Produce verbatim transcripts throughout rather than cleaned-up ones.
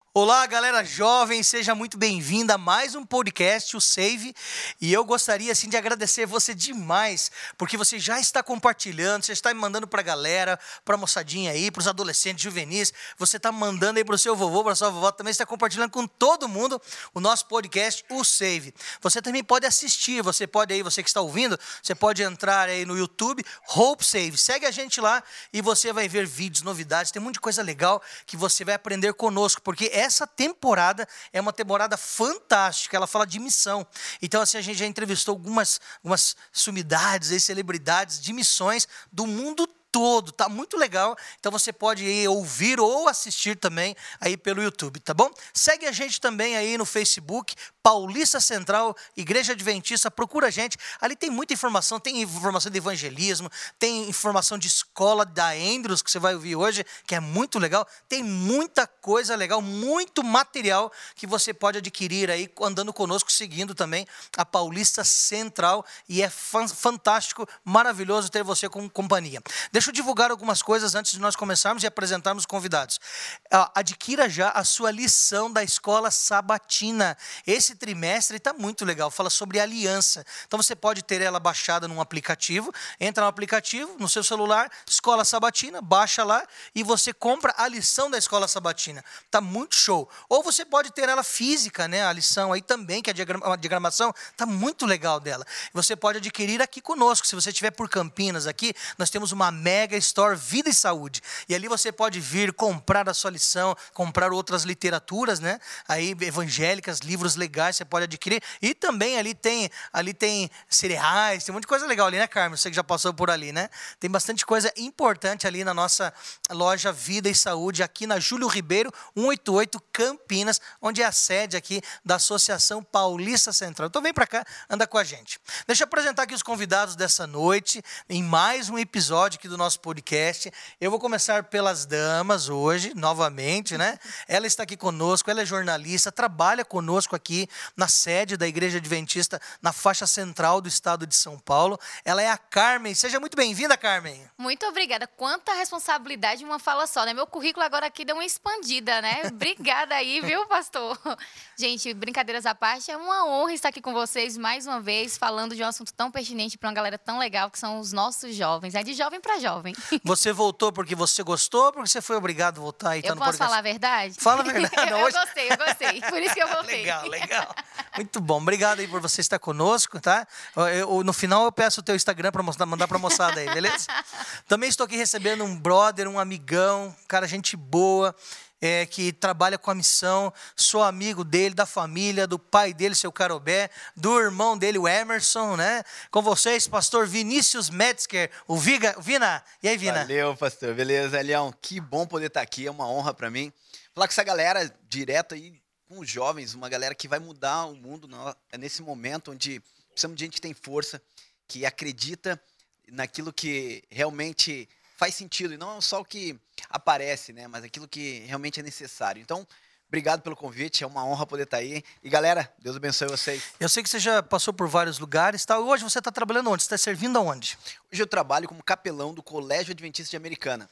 Olá, galera jovem, seja muito bem-vinda a mais um podcast, o Save. E eu gostaria, assim, de agradecer você demais, porque você já está compartilhando, você está me mandando para a galera, para a moçadinha aí, para os adolescentes juvenis, você está mandando aí para o seu vovô, para a sua vovó, também está compartilhando com todo mundo o nosso podcast, o Save. Você também pode assistir, você pode aí, você que está ouvindo, você pode entrar aí no YouTube, Hope Save. Segue a gente lá e você vai ver vídeos, novidades, tem um monte de coisa legal que você vai aprender conosco, porque essa temporada é uma temporada fantástica, ela fala de missão. Então, assim, a gente já entrevistou algumas, algumas sumidades, aí, celebridades de missões do mundo todo, tá muito legal. Então você pode ir ouvir ou assistir também aí pelo YouTube, tá bom? Segue a gente também aí no Facebook, Paulista Central, Igreja Adventista, procura a gente. Ali tem muita informação, tem informação de evangelismo, tem informação de escola da Andrews, que você vai ouvir hoje, que é muito legal. Tem muita coisa legal, muito material que você pode adquirir aí andando conosco, seguindo também a Paulista Central. E é fantástico, maravilhoso ter você como companhia. Deixa eu divulgar algumas coisas antes de nós começarmos e apresentarmos os convidados. Adquira já a sua lição da Escola Sabatina. Esse trimestre está muito legal, fala sobre aliança. Então você pode ter ela baixada num aplicativo, entra no aplicativo, no seu celular, Escola Sabatina, baixa lá e você compra a lição da Escola Sabatina. Está muito show. Ou você pode ter ela física, né? A lição aí também, que é a diagramação, está muito legal dela. Você pode adquirir aqui conosco. Se você estiver por Campinas aqui, nós temos uma Mega Store Vida e Saúde. E ali você pode vir comprar a sua lição, comprar outras literaturas, né? Aí evangélicas, livros legais, você pode adquirir. E também ali tem, ali tem cereais, tem um monte de coisa legal ali, né, Carmen? Você que já passou por ali, né? Tem bastante coisa importante ali na nossa loja Vida e Saúde, aqui na Júlio Ribeiro, cento e oitenta e oito, Campinas, onde é a sede aqui da Associação Paulista Central. Então vem para cá, anda com a gente. Deixa eu apresentar aqui os convidados dessa noite, em mais um episódio aqui do nosso podcast. Eu vou começar pelas damas hoje, novamente, né? Ela está aqui conosco, ela é jornalista, trabalha conosco aqui na sede da Igreja Adventista, na faixa central do estado de São Paulo. Ela é a Carmen. Seja muito bem-vinda, Carmen. Muito obrigada. Quanta responsabilidade em uma fala só, né? Meu currículo agora aqui deu uma expandida, né? Obrigada aí, viu, pastor? Gente, brincadeiras à parte, é uma honra estar aqui com vocês mais uma vez, falando de um assunto tão pertinente para uma galera tão legal, que são os nossos jovens. É de jovem para jovem. Você voltou porque você gostou ou porque você foi obrigado a voltar? E tá eu no posso podcast? falar a verdade? Fala a verdade. eu gostei, eu gostei. Por isso que eu voltei. Legal, legal. Muito bom. Obrigado aí por você estar conosco, tá? Eu, eu, no final eu peço o teu Instagram para mandar para a moçada aí, beleza? Também estou aqui recebendo um brother, um amigão, cara, gente boa. É, que trabalha com a missão, sou amigo dele, da família, do pai dele, seu Carobé, do irmão dele, o Emerson, né? Com vocês, pastor Vinícius Metzger, o Viga, Vina. E aí, Vina? Valeu, pastor. Beleza, Elião? Que bom poder estar aqui, é uma honra para mim. Falar com essa galera direto aí, com os jovens, uma galera que vai mudar o mundo nesse momento onde precisamos de gente que tem força, que acredita naquilo que realmente faz sentido, e não só o que aparece, né, mas aquilo que realmente é necessário. Então, obrigado pelo convite, é uma honra poder estar aí. E galera, Deus abençoe vocês. Eu sei que você já passou por vários lugares, tá? Hoje você está trabalhando onde? Você está servindo aonde? Hoje eu trabalho como capelão do Colégio Adventista de Americana.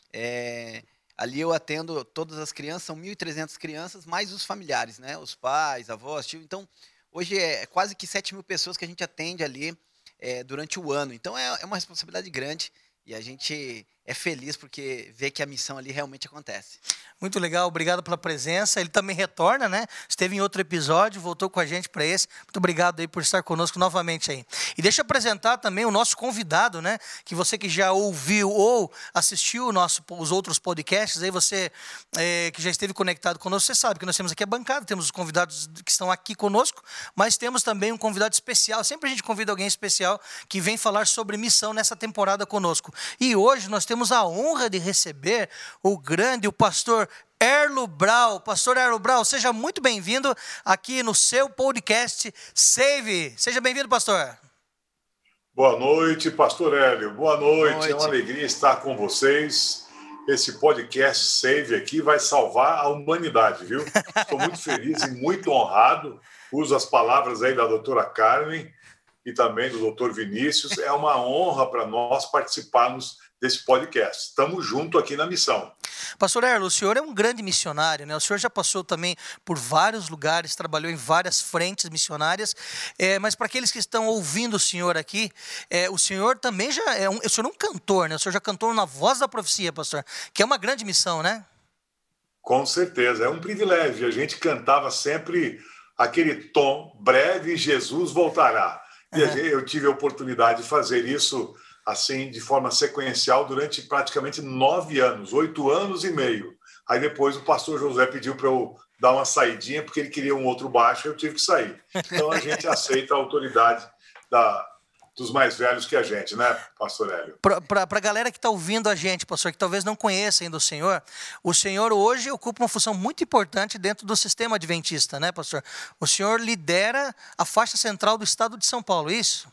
É, ali eu atendo todas as crianças, são mil e trezentas crianças, mais os familiares, né, os pais, avós, tio. Então, hoje é quase que sete mil pessoas que a gente atende ali é, durante o ano. Então, é, é uma responsabilidade grande. E a gente é feliz porque vê que a missão ali realmente acontece. Muito legal, obrigado pela presença. Ele também retorna, né? Esteve em outro episódio, voltou com a gente para esse. Muito obrigado aí por estar conosco novamente aí. E deixa eu apresentar também o nosso convidado, né? Que você que já ouviu ou assistiu o nosso, os outros podcasts, aí você é, que já esteve conectado conosco, você sabe que nós temos aqui a bancada, temos os convidados que estão aqui conosco, mas temos também um convidado especial. Sempre a gente convida alguém especial que vem falar sobre missão nessa temporada conosco. E hoje nós temos a honra de receber o grande, o pastor Erlo Brau. Pastor Erlo Brau, seja muito bem-vindo aqui no seu podcast Save. Seja bem-vindo, pastor. Boa noite, pastor Hélio. Boa noite. Boa noite. É uma alegria estar com vocês. Esse podcast Save aqui vai salvar a humanidade, viu? Estou muito feliz e muito honrado. Uso as palavras aí da doutora Carmen e também do doutor Vinícius. É uma honra para nós participarmos desse podcast. Estamos juntos aqui na missão. Pastor Erlo, o senhor é um grande missionário, né? O senhor já passou também por vários lugares, trabalhou em várias frentes missionárias, é, mas para aqueles que estão ouvindo o senhor aqui, é, o senhor também já é um, o senhor é um cantor, né? O senhor já cantou na Voz da Profecia, pastor, que é uma grande missão, né? Com certeza, é um privilégio. A gente cantava sempre aquele tom, breve Jesus voltará. E Uhum. eu tive a oportunidade de fazer isso assim, de forma sequencial, durante praticamente nove anos, oito anos e meio. Aí depois o pastor José pediu para eu dar uma saidinha, porque ele queria um outro baixo, eu tive que sair. Então a gente aceita a autoridade da, dos mais velhos que a gente, né, pastor Hélio? Para a galera que está ouvindo a gente, pastor, que talvez não conheça ainda o senhor, o senhor hoje ocupa uma função muito importante dentro do sistema adventista, né, pastor? O senhor lidera a faixa central do estado de São Paulo, isso?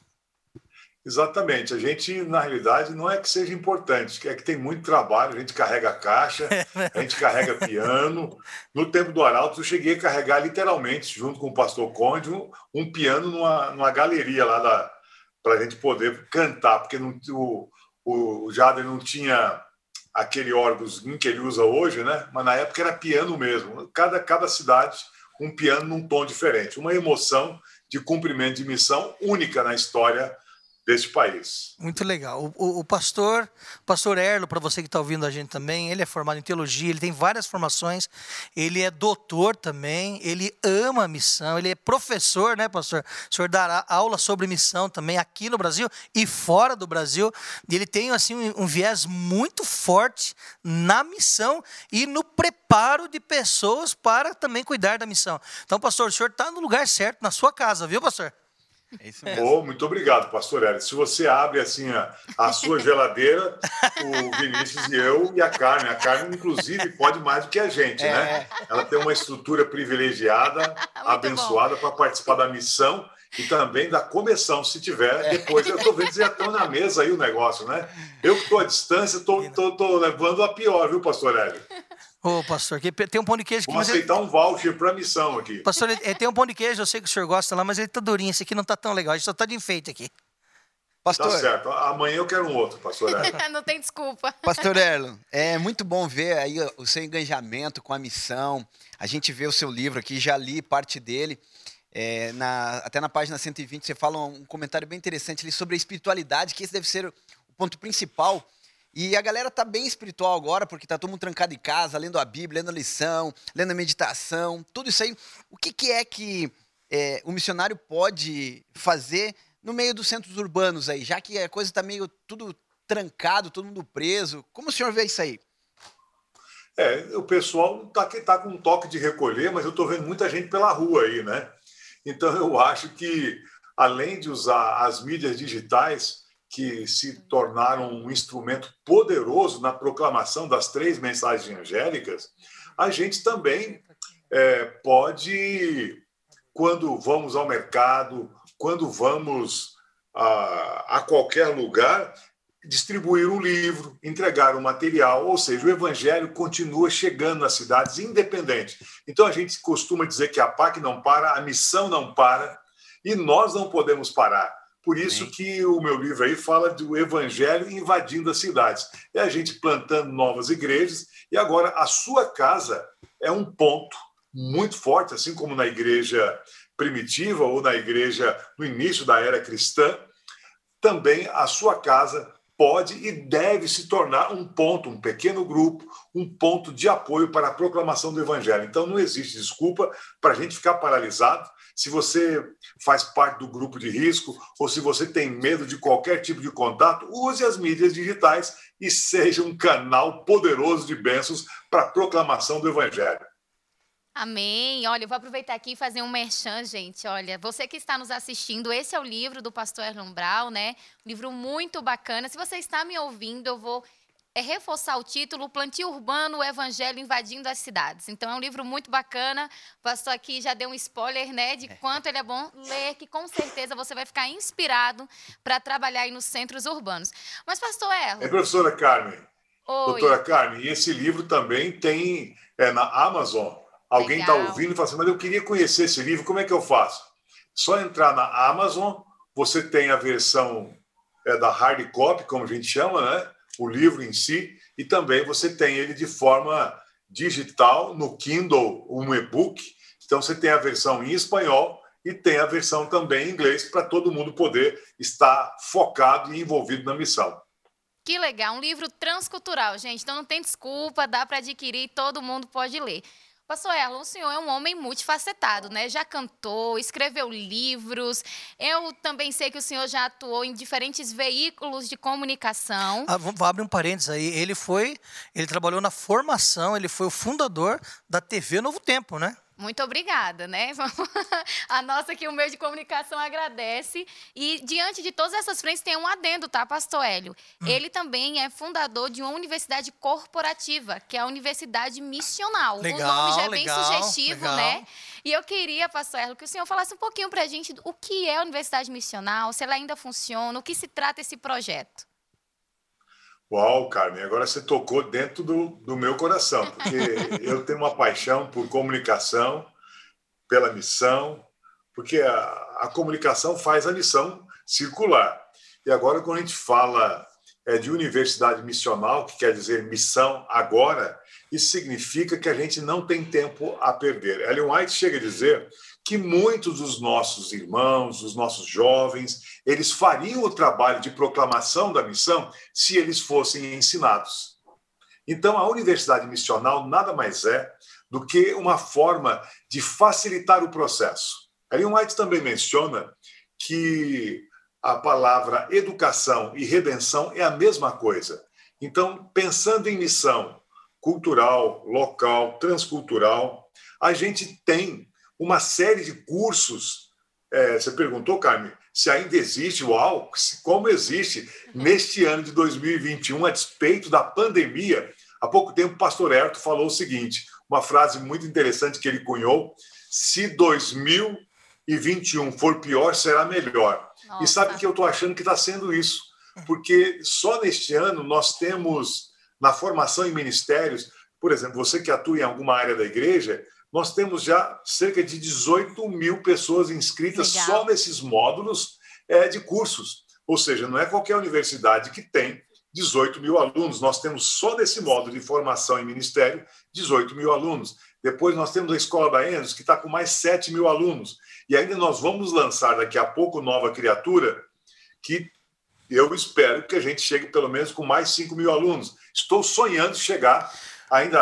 Exatamente. A gente, na realidade, não é que seja importante, é que tem muito trabalho, a gente carrega caixa, a gente carrega piano. No tempo do Arauto, eu cheguei a carregar literalmente, junto com o pastor Conde, um, um piano numa, numa galeria lá da, para a gente poder cantar, porque não, o, o Jader não tinha aquele órgãozinho que ele usa hoje, né? Mas na época era piano mesmo. Cada, cada cidade, um piano num tom diferente. Uma emoção de cumprimento de missão única na história deste país. Muito legal. O, o, o pastor, pastor Erlo, para você que está ouvindo a gente também, ele é formado em teologia, ele tem várias formações, ele é doutor também, ele ama a missão, ele é professor, né, pastor? O senhor dará aula sobre missão também aqui no Brasil e fora do Brasil, e ele tem assim um, um viés muito forte na missão e no preparo de pessoas para também cuidar da missão. Então, pastor, o senhor está no lugar certo, na sua casa, viu, pastor? É isso mesmo. Oh, muito obrigado, pastor Hélio. Se você abre assim a, a sua geladeira, o Vinícius e eu e a Carmen. A Carmen, inclusive, pode mais do que a gente, É. né? Ela tem uma estrutura privilegiada, abençoada para participar da missão e também da comissão, se tiver. Depois, eu estou vendo que já estão na mesa aí o negócio, né? Eu que estou à distância, estou levando a pior, viu, pastor Hélio? Ô, pastor, que tem um pão de queijo aqui, Vamos mas ele, aceitar um voucher para a missão aqui. pastor, ele, ele tem um pão de queijo, eu sei que o senhor gosta lá, mas ele tá durinho, esse aqui não tá tão legal, a gente só tá de enfeite aqui. Pastor, Tá certo. Amanhã eu quero um outro, pastor Hélio. Não tem desculpa. Pastor Erlo, é muito bom ver aí o seu engajamento com a missão. A gente vê o seu livro aqui, já li parte dele. É, na, até na página cento e vinte você fala um comentário bem interessante ali sobre a espiritualidade, que esse deve ser o ponto principal. E a galera tá bem espiritual agora, porque tá todo mundo trancado em casa, lendo a Bíblia, lendo a lição, lendo a meditação, tudo isso aí. O que, que é que é, o missionário pode fazer no meio dos centros urbanos aí, já que a coisa tá meio tudo trancado, todo mundo preso? Como o senhor vê isso aí? É, o pessoal tá, tá com um toque de recolher, mas eu estou vendo muita gente pela rua aí, né? Então eu acho que, além de usar as mídias digitais, que se tornaram um instrumento poderoso na proclamação das três mensagens angélicas, a gente também é, pode, quando vamos ao mercado, quando vamos a, a qualquer lugar, distribuir um livro, entregar um material, ou seja, o evangelho continua chegando nas cidades independente. Então a gente costuma dizer que a P A C não para, a missão não para, e nós não podemos parar. Por isso Amém. que o meu livro aí fala do evangelho invadindo as cidades. É a gente plantando novas igrejas, e agora a sua casa é um ponto muito forte, assim como na igreja primitiva ou na igreja no início da era cristã, também a sua casa pode e deve se tornar um ponto, um pequeno grupo, um ponto de apoio para a proclamação do evangelho. Então não existe desculpa para a gente ficar paralisado. Se você faz parte do grupo de risco ou se você tem medo de qualquer tipo de contato, use as mídias digitais e seja um canal poderoso de bênçãos para a proclamação do evangelho. Amém. Olha, eu vou aproveitar aqui e fazer um merchan, gente. Olha, você que está nos assistindo, esse é o livro do pastor Erlo Brau, né? Um livro muito bacana. Se você está me ouvindo, eu vou é, reforçar o título, Plantio Urbano, o Evangelho Invadindo as Cidades. Então, é um livro muito bacana. O pastor aqui já deu um spoiler, né, de quanto ele é bom ler, que com certeza você vai ficar inspirado para trabalhar aí nos centros urbanos. Mas, pastor Erlo... É, professora Carmen, Oi. doutora Carmen, e esse livro também tem é, na Amazon. Alguém está ouvindo e fala assim, mas eu queria conhecer esse livro, como é que eu faço? Só entrar na Amazon, você tem a versão é, da hard copy, como a gente chama, né? o livro em si, e também você tem ele de forma digital no Kindle, um e-book. Então você tem a versão em espanhol e tem a versão também em inglês para todo mundo poder estar focado e envolvido na missão. Que legal, um livro transcultural, gente. Então não tem desculpa, dá para adquirir, todo mundo pode ler. Pastor Erlon, o senhor é um homem multifacetado, né? Já cantou, escreveu livros. Eu também sei que o senhor já atuou em diferentes veículos de comunicação. Ah, vou abrir um parênteses aí. Ele foi, ele trabalhou na formação, ele foi o fundador da T V Novo Tempo, né? Muito obrigada, né? A nossa aqui, o meio de comunicação, agradece. E diante de todas essas frentes, tem um adendo, tá, pastor Hélio? Hum. Ele também é fundador de uma universidade corporativa, que é a Universidade Missional. Legal, o nome já é legal, bem sugestivo, legal. né? E eu queria, pastor Hélio, que o senhor falasse um pouquinho pra gente o que é a Universidade Missional, se ela ainda funciona, o que se trata esse projeto. Uau, Carmen, agora você tocou dentro do, do meu coração, porque eu tenho uma paixão por comunicação, pela missão, porque a, a comunicação faz a missão circular. E agora, quando a gente fala é, de universidade missional, que quer dizer missão agora, isso significa que a gente não tem tempo a perder. Ellen White chega a dizer que muitos dos nossos irmãos, dos nossos jovens, eles fariam o trabalho de proclamação da missão se eles fossem ensinados. Então, a universidade missional nada mais é do que uma forma de facilitar o processo. Ellen White também menciona que a palavra educação e redenção é a mesma coisa. Então, pensando em missão cultural, local, transcultural, a gente tem uma série de cursos. É, você perguntou, Carmen, se ainda existe, uau, como existe neste ano de dois mil e vinte e um, a despeito da pandemia. Há pouco tempo o pastor Herto falou o seguinte, uma frase muito interessante que ele cunhou: se dois mil e vinte e um for pior, será melhor. Nossa. E sabe que eu estou achando que está sendo isso, porque só neste ano nós temos, na formação em ministérios, por exemplo, você que atua em alguma área da igreja, nós temos já cerca de dezoito mil pessoas inscritas. Legal. Só nesses módulos é, de cursos. Ou seja, não é qualquer universidade que tem dezoito mil alunos. Nós temos só nesse módulo de formação em ministério dezoito mil alunos. Depois nós temos a Escola da Endos, que está com mais sete mil alunos. E ainda nós vamos lançar daqui a pouco Nova Criatura, que eu espero que a gente chegue pelo menos com mais cinco mil alunos. Estou sonhando chegar ainda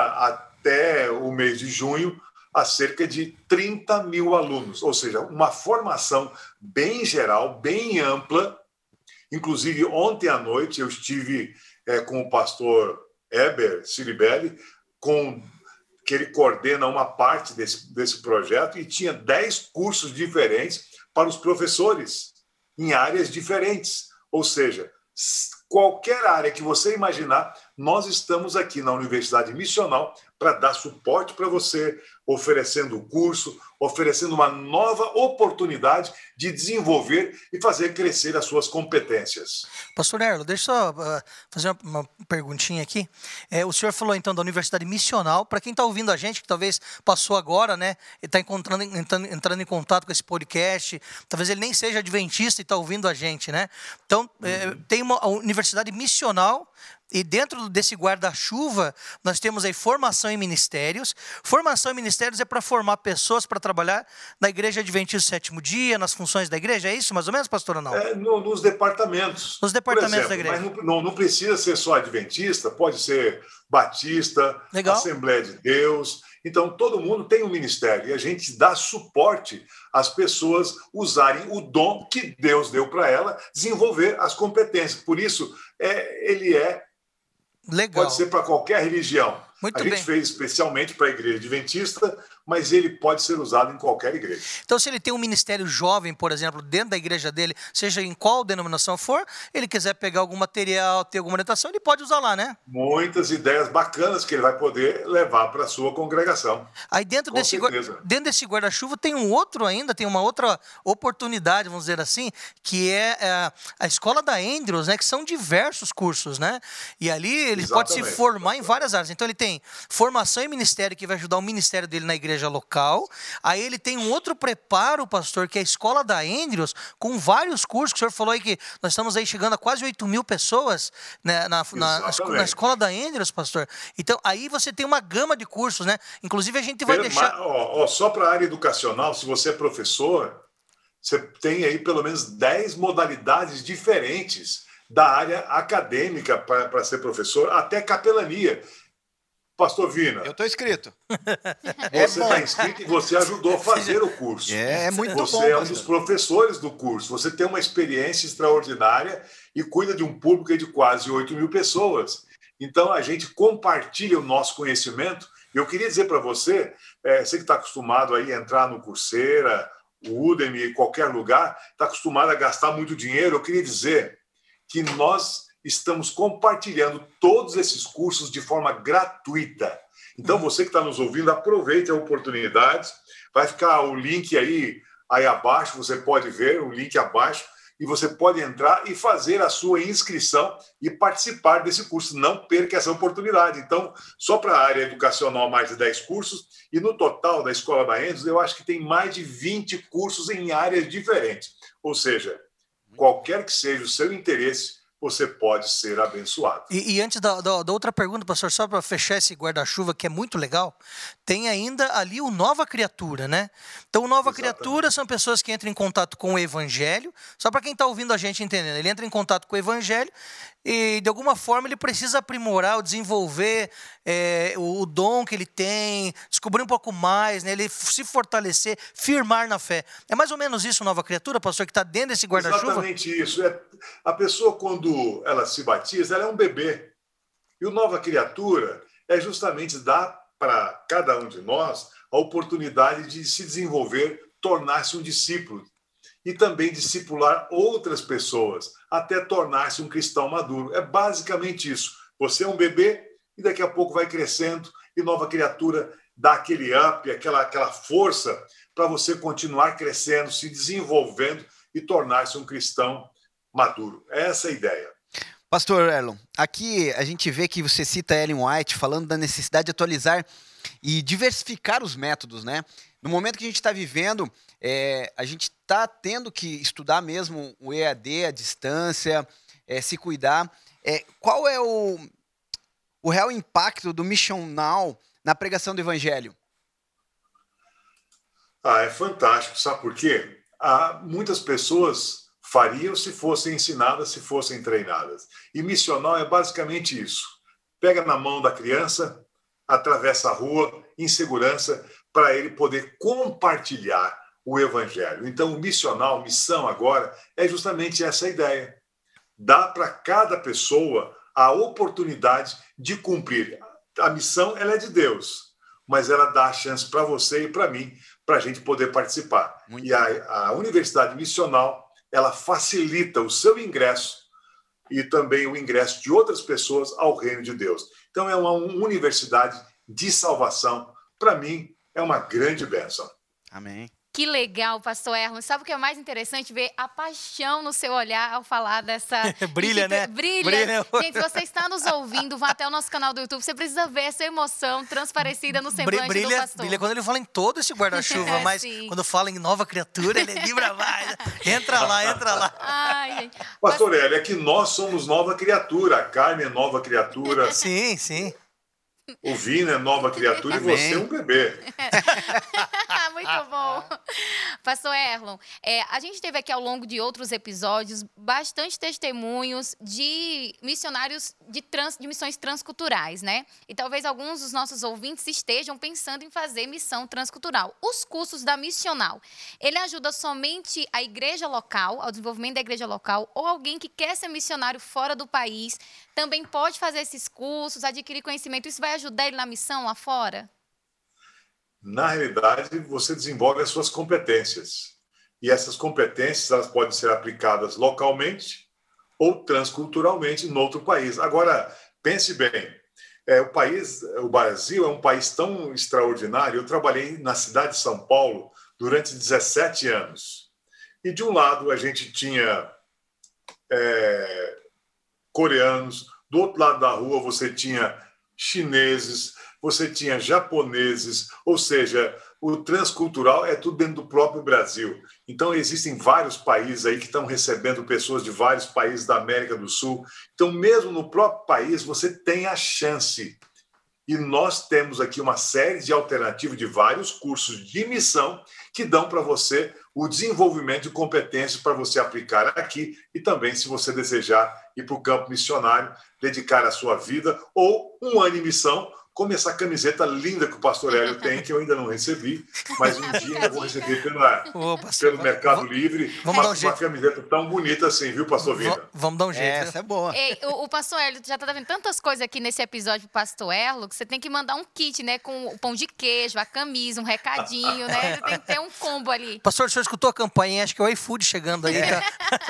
até o mês de junho a cerca de trinta mil alunos, ou seja, uma formação bem geral, bem ampla. Inclusive, ontem à noite eu estive é, com o pastor Heber Ciribelli, com, que ele coordena uma parte desse, desse projeto, e tinha dez cursos diferentes para os professores, em áreas diferentes. Ou seja, qualquer área que você imaginar, nós estamos aqui na Universidade Missional para dar suporte para você, oferecendo o curso, oferecendo uma nova oportunidade de desenvolver e fazer crescer as suas competências. Pastor Erlon, deixa eu só uh, fazer uma, uma perguntinha aqui. É, o senhor falou, então, da Universidade Missional. Para quem está ouvindo a gente, que talvez passou agora, né, e está encontrando, entrando, entrando em contato com esse podcast, talvez ele nem seja adventista e está ouvindo a gente, né? Então, uhum. é, tem uma Universidade Missional. E dentro desse guarda-chuva, nós temos aí formação em ministérios. Formação em ministérios é para formar pessoas para trabalhar na Igreja Adventista do Sétimo Dia, nas funções da igreja. É isso, mais ou menos, pastor, ou não? É, no, nos departamentos. Nos departamentos exemplo, da igreja. Mas não, não precisa ser só adventista, pode ser batista, Legal. Assembleia de Deus. Então, todo mundo tem um ministério e a gente dá suporte às pessoas usarem o dom que Deus deu para ela, desenvolver as competências. Por isso, é, ele é Legal. Pode ser para qualquer religião. Muito a gente bem. fez especialmente para a igreja adventista, mas ele pode ser usado em qualquer igreja. Então, se ele tem um ministério jovem, por exemplo, dentro da igreja dele, seja em qual denominação for, ele quiser pegar algum material, ter alguma orientação, ele pode usar lá, né? Muitas ideias bacanas que ele vai poder levar para a sua congregação. Aí dentro Com desse, certeza. dentro desse guarda-chuva tem um outro ainda, tem uma outra oportunidade, vamos dizer assim, que é a, a Escola da Andrews, né? Que são diversos cursos, né? E ali ele Exatamente. pode se formar em várias áreas. Então ele tem formação em ministério, que vai ajudar o ministério dele na igreja igreja local. Aí ele tem um outro preparo, pastor, que é a Escola da Andrews, com vários cursos, que o senhor falou aí que nós estamos aí chegando a quase oito mil pessoas, né, na, na, na Escola da Andrews, pastor. Então, aí você tem uma gama de cursos, né? Inclusive, a gente vai Mas, deixar... ó, ó, só para a área educacional, se você é professor, você tem aí pelo menos dez modalidades diferentes da área acadêmica para ser professor, até capelania. Pastor Vina. Eu estou inscrito. Você está inscrito e você ajudou a fazer o curso. É, é muito você bom. Você é um pastor. dos professores do curso. Você tem uma experiência extraordinária e cuida de um público de quase oito mil pessoas. Então, a gente compartilha o nosso conhecimento. Eu queria dizer para você, é, você que está acostumado aí a entrar no Coursera, o Udemy, qualquer lugar, está acostumado a gastar muito dinheiro, eu queria dizer que nós estamos compartilhando todos esses cursos de forma gratuita. Então, você que está nos ouvindo, aproveite a oportunidade. Vai ficar o link aí, aí abaixo, você pode ver o link abaixo, e você pode entrar e fazer a sua inscrição e participar desse curso. Não perca essa oportunidade. Então, só para a área educacional, mais de dez cursos, e no total da Escola da Andrews, eu acho que tem mais de vinte cursos em áreas diferentes. Ou seja, qualquer que seja o seu interesse, você pode ser abençoado. E, e antes da, da, da outra pergunta, pastor, só para fechar esse guarda-chuva, que é muito legal, tem ainda ali o Nova Criatura, né? Então, o Nova Exatamente. Criatura são pessoas que entram em contato com o Evangelho, só para quem está ouvindo a gente entendendo, ele entra em contato com o Evangelho e, de alguma forma, ele precisa aprimorar, ou desenvolver é, o, o dom que ele tem, descobrir um pouco mais, né? Ele se fortalecer, firmar na fé. É mais ou menos isso, Nova Criatura, pastor, que está dentro desse guarda-chuva? Exatamente isso. É, a pessoa, quando ela se batiza, ela é um bebê. E o Nova Criatura é justamente dar para cada um de nós a oportunidade de se desenvolver, tornar-se um discípulo e também discipular outras pessoas, até tornar-se um cristão maduro. É basicamente isso. Você é um bebê e daqui a pouco vai crescendo e Nova Criatura dá aquele up, aquela, aquela força para você continuar crescendo, se desenvolvendo e tornar-se um cristão maduro. É essa a ideia. Pastor Erlon, aqui a gente vê que você cita Ellen White falando da necessidade de atualizar e diversificar os métodos, né? No momento que a gente está vivendo, é, a gente está tendo que estudar mesmo o E A D, a distância, é, se cuidar. É, qual é o, o real impacto do Mission Now na pregação do Evangelho? Ah, é fantástico. Sabe por quê? Há muitas pessoas fariam se fossem ensinadas, se fossem treinadas. E missional é basicamente isso. Pega na mão da criança, atravessa a rua em segurança para ele poder compartilhar o evangelho. Então, o missional, missão agora, é justamente essa ideia. Dá para cada pessoa a oportunidade de cumprir. A missão, ela é de Deus, mas ela dá a chance para você e para mim, para a gente poder participar. Muito e a, a Universidade Missional, ela facilita o seu ingresso e também o ingresso de outras pessoas ao reino de Deus. Então, é uma universidade de salvação. Para mim, é uma grande bênção. Amém. Que legal, pastor Erlon. Sabe o que é mais interessante? Ver a paixão no seu olhar ao falar dessa... Brilha, né? Brilha. Brilha. Gente, se você está nos ouvindo, vá até o nosso canal do YouTube. Você precisa ver essa emoção transparecida no semblante brilha, do pastor. Brilha quando ele fala em todo esse guarda-chuva, mas Sim. quando fala em Nova Criatura, ele vibra mais. Entra lá, entra lá. Ai, gente. Pastor Hélio, é que nós somos nova criatura. A Carmen é nova criatura. Sim, sim. O Vina é nova criatura. Amém. E você é um bebê. Muito bom. Pastor Erlon, é, a gente teve aqui ao longo de outros episódios bastante testemunhos de missionários de, trans, de missões transculturais, né? E talvez alguns dos nossos ouvintes estejam pensando em fazer missão transcultural. Os cursos da Missional, ele ajuda somente a igreja local, ao desenvolvimento da igreja local, ou alguém que quer ser missionário fora do país também pode fazer esses cursos, adquirir conhecimento. Isso vai ajudar ele na missão lá fora? Na realidade, você desenvolve as suas competências. E essas competências elas podem ser aplicadas localmente ou transculturalmente em outro país. Agora, pense bem, é, o país, o Brasil é um país tão extraordinário. Eu trabalhei na cidade de São Paulo durante dezessete anos. E, de um lado, a gente tinha é, coreanos, do outro lado da rua você tinha chineses, você tinha japoneses, ou seja, o transcultural é tudo dentro do próprio Brasil. Então, existem vários países aí que estão recebendo pessoas de vários países da América do Sul. Então, mesmo no próprio país, você tem a chance. E nós temos aqui uma série de alternativas de vários cursos de missão que dão para você o desenvolvimento de competências para você aplicar aqui e também, se você desejar ir para o campo missionário, dedicar a sua vida ou um ano em missão, como essa camiseta linda que o pastor Hélio tem, que eu ainda não recebi, mas um dia eu vou receber pela, Ô, pastor, pelo Mercado vamos, Livre vamos uma, dar um jeito. uma camiseta tão bonita assim, viu, pastor Vida? V- vamos dar um jeito. Essa é boa. Ei, o, o pastor Hélio já tá vendo tantas coisas aqui nesse episódio pro pastor Erlo que você tem que mandar um kit, né? Com o pão de queijo, a camisa, um recadinho, né? Você tem que ter um combo ali. Pastor, o senhor escutou a campainha? Acho que é o iFood chegando aí. Tá?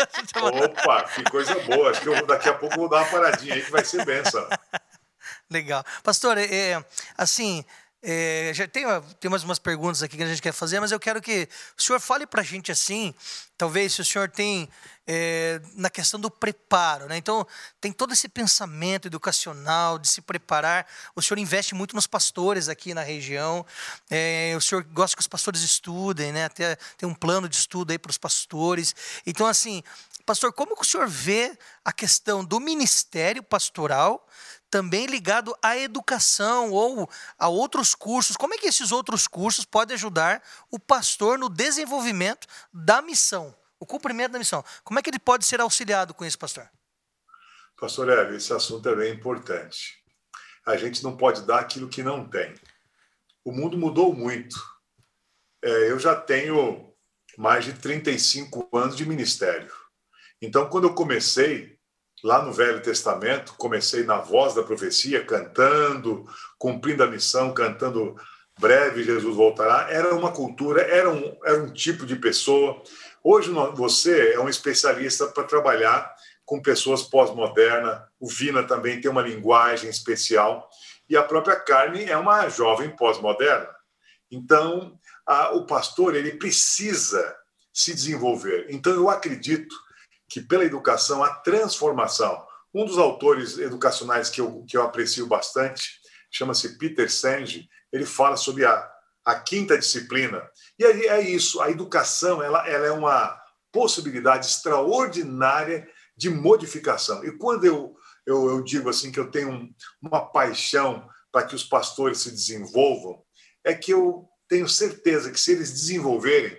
Opa, que coisa boa. Acho que eu, daqui a pouco eu vou dar uma paradinha aí que vai ser benção. Legal. Pastor, é, é, assim, é, já tem, tem mais umas perguntas aqui que a gente quer fazer, mas eu quero que o senhor fale para a gente assim, talvez se o senhor tem, é, na questão do preparo, né? Então, tem todo esse pensamento educacional de se preparar. O senhor investe muito nos pastores aqui na região. É, o senhor gosta que os pastores estudem, né? Até tem um plano de estudo aí para os pastores. Então, assim, pastor, como que o senhor vê a questão do ministério pastoral também ligado à educação ou a outros cursos? Como é que esses outros cursos podem ajudar o pastor no desenvolvimento da missão, o cumprimento da missão? Como é que ele pode ser auxiliado com isso, pastor? Pastor Hélio, esse assunto é bem importante. A gente não pode dar aquilo que não tem. O mundo mudou muito. É, eu já tenho mais de trinta e cinco anos de ministério. Então, quando eu comecei, lá no Velho Testamento, comecei na voz da profecia, cantando, cumprindo a missão, cantando breve Jesus voltará. Era uma cultura, era um, era um tipo de pessoa. Hoje você é um especialista para trabalhar com pessoas pós-modernas. O Vina também tem uma linguagem especial. E a própria Carne é uma jovem pós-moderna. Então, a, o pastor ele precisa se desenvolver. Então, eu acredito que pela educação, a transformação. Um dos autores educacionais que eu, que eu aprecio bastante, chama-se Peter Senge, ele fala sobre a, a quinta disciplina. E aí é isso, a educação ela, ela é uma possibilidade extraordinária de modificação. E quando eu, eu, eu digo assim que eu tenho um, uma paixão para que os pastores se desenvolvam, é que eu tenho certeza que se eles desenvolverem,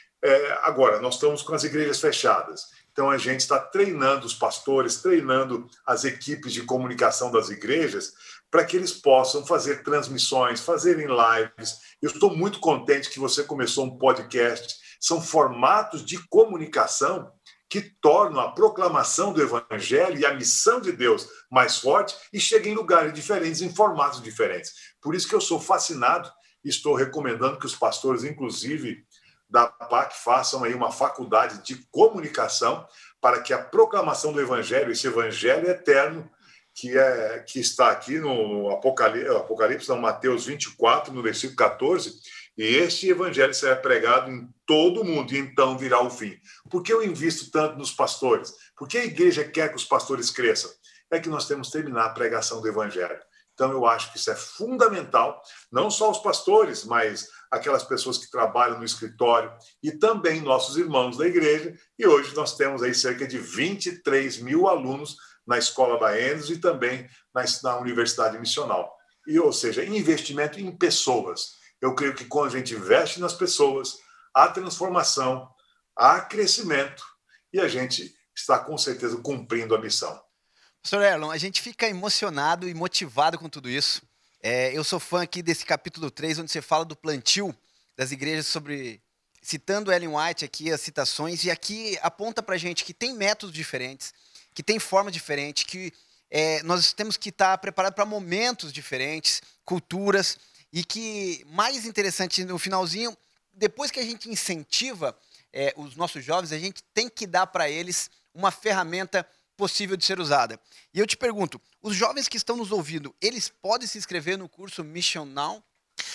é, agora, nós estamos com as igrejas fechadas. Então, a gente está treinando os pastores, treinando as equipes de comunicação das igrejas para que eles possam fazer transmissões, fazerem lives. Eu estou muito contente que você começou um podcast. São formatos de comunicação que tornam a proclamação do Evangelho e a missão de Deus mais forte e chegam em lugares diferentes, em formatos diferentes. Por isso que eu sou fascinado e estou recomendando que os pastores, inclusive da P A C, façam aí uma faculdade de comunicação para que a proclamação do Evangelho, esse Evangelho eterno, que, é, que está aqui no Apocalipse, Apocalipse, não, Mateus vinte e quatro, no versículo catorze, e este Evangelho será pregado em todo o mundo, e então virá o fim. Por que eu invisto tanto nos pastores? Por que a igreja quer que os pastores cresçam? É que nós temos que terminar a pregação do Evangelho. Então, eu acho que isso é fundamental, não só os pastores, mas aquelas pessoas que trabalham no escritório e também nossos irmãos da igreja. E hoje nós temos aí cerca de vinte e três mil alunos na Escola da Endos e também na, na Universidade Missional. E, ou seja, investimento em pessoas. Eu creio que quando a gente investe nas pessoas, há transformação, há crescimento e a gente está com certeza cumprindo a missão. Pastor Erlon, a gente fica emocionado e motivado com tudo isso. É, eu sou fã aqui desse capítulo três, onde você fala do plantio das igrejas, sobre citando Ellen White aqui, as citações, e aqui aponta para a gente que tem métodos diferentes, que tem forma diferente, que é, nós temos que estar preparados para momentos diferentes, culturas, e que, mais interessante no finalzinho, depois que a gente incentiva é, os nossos jovens, a gente tem que dar para eles uma ferramenta possível de ser usada. E eu te pergunto, os jovens que estão nos ouvindo, eles podem se inscrever no curso Mission Now?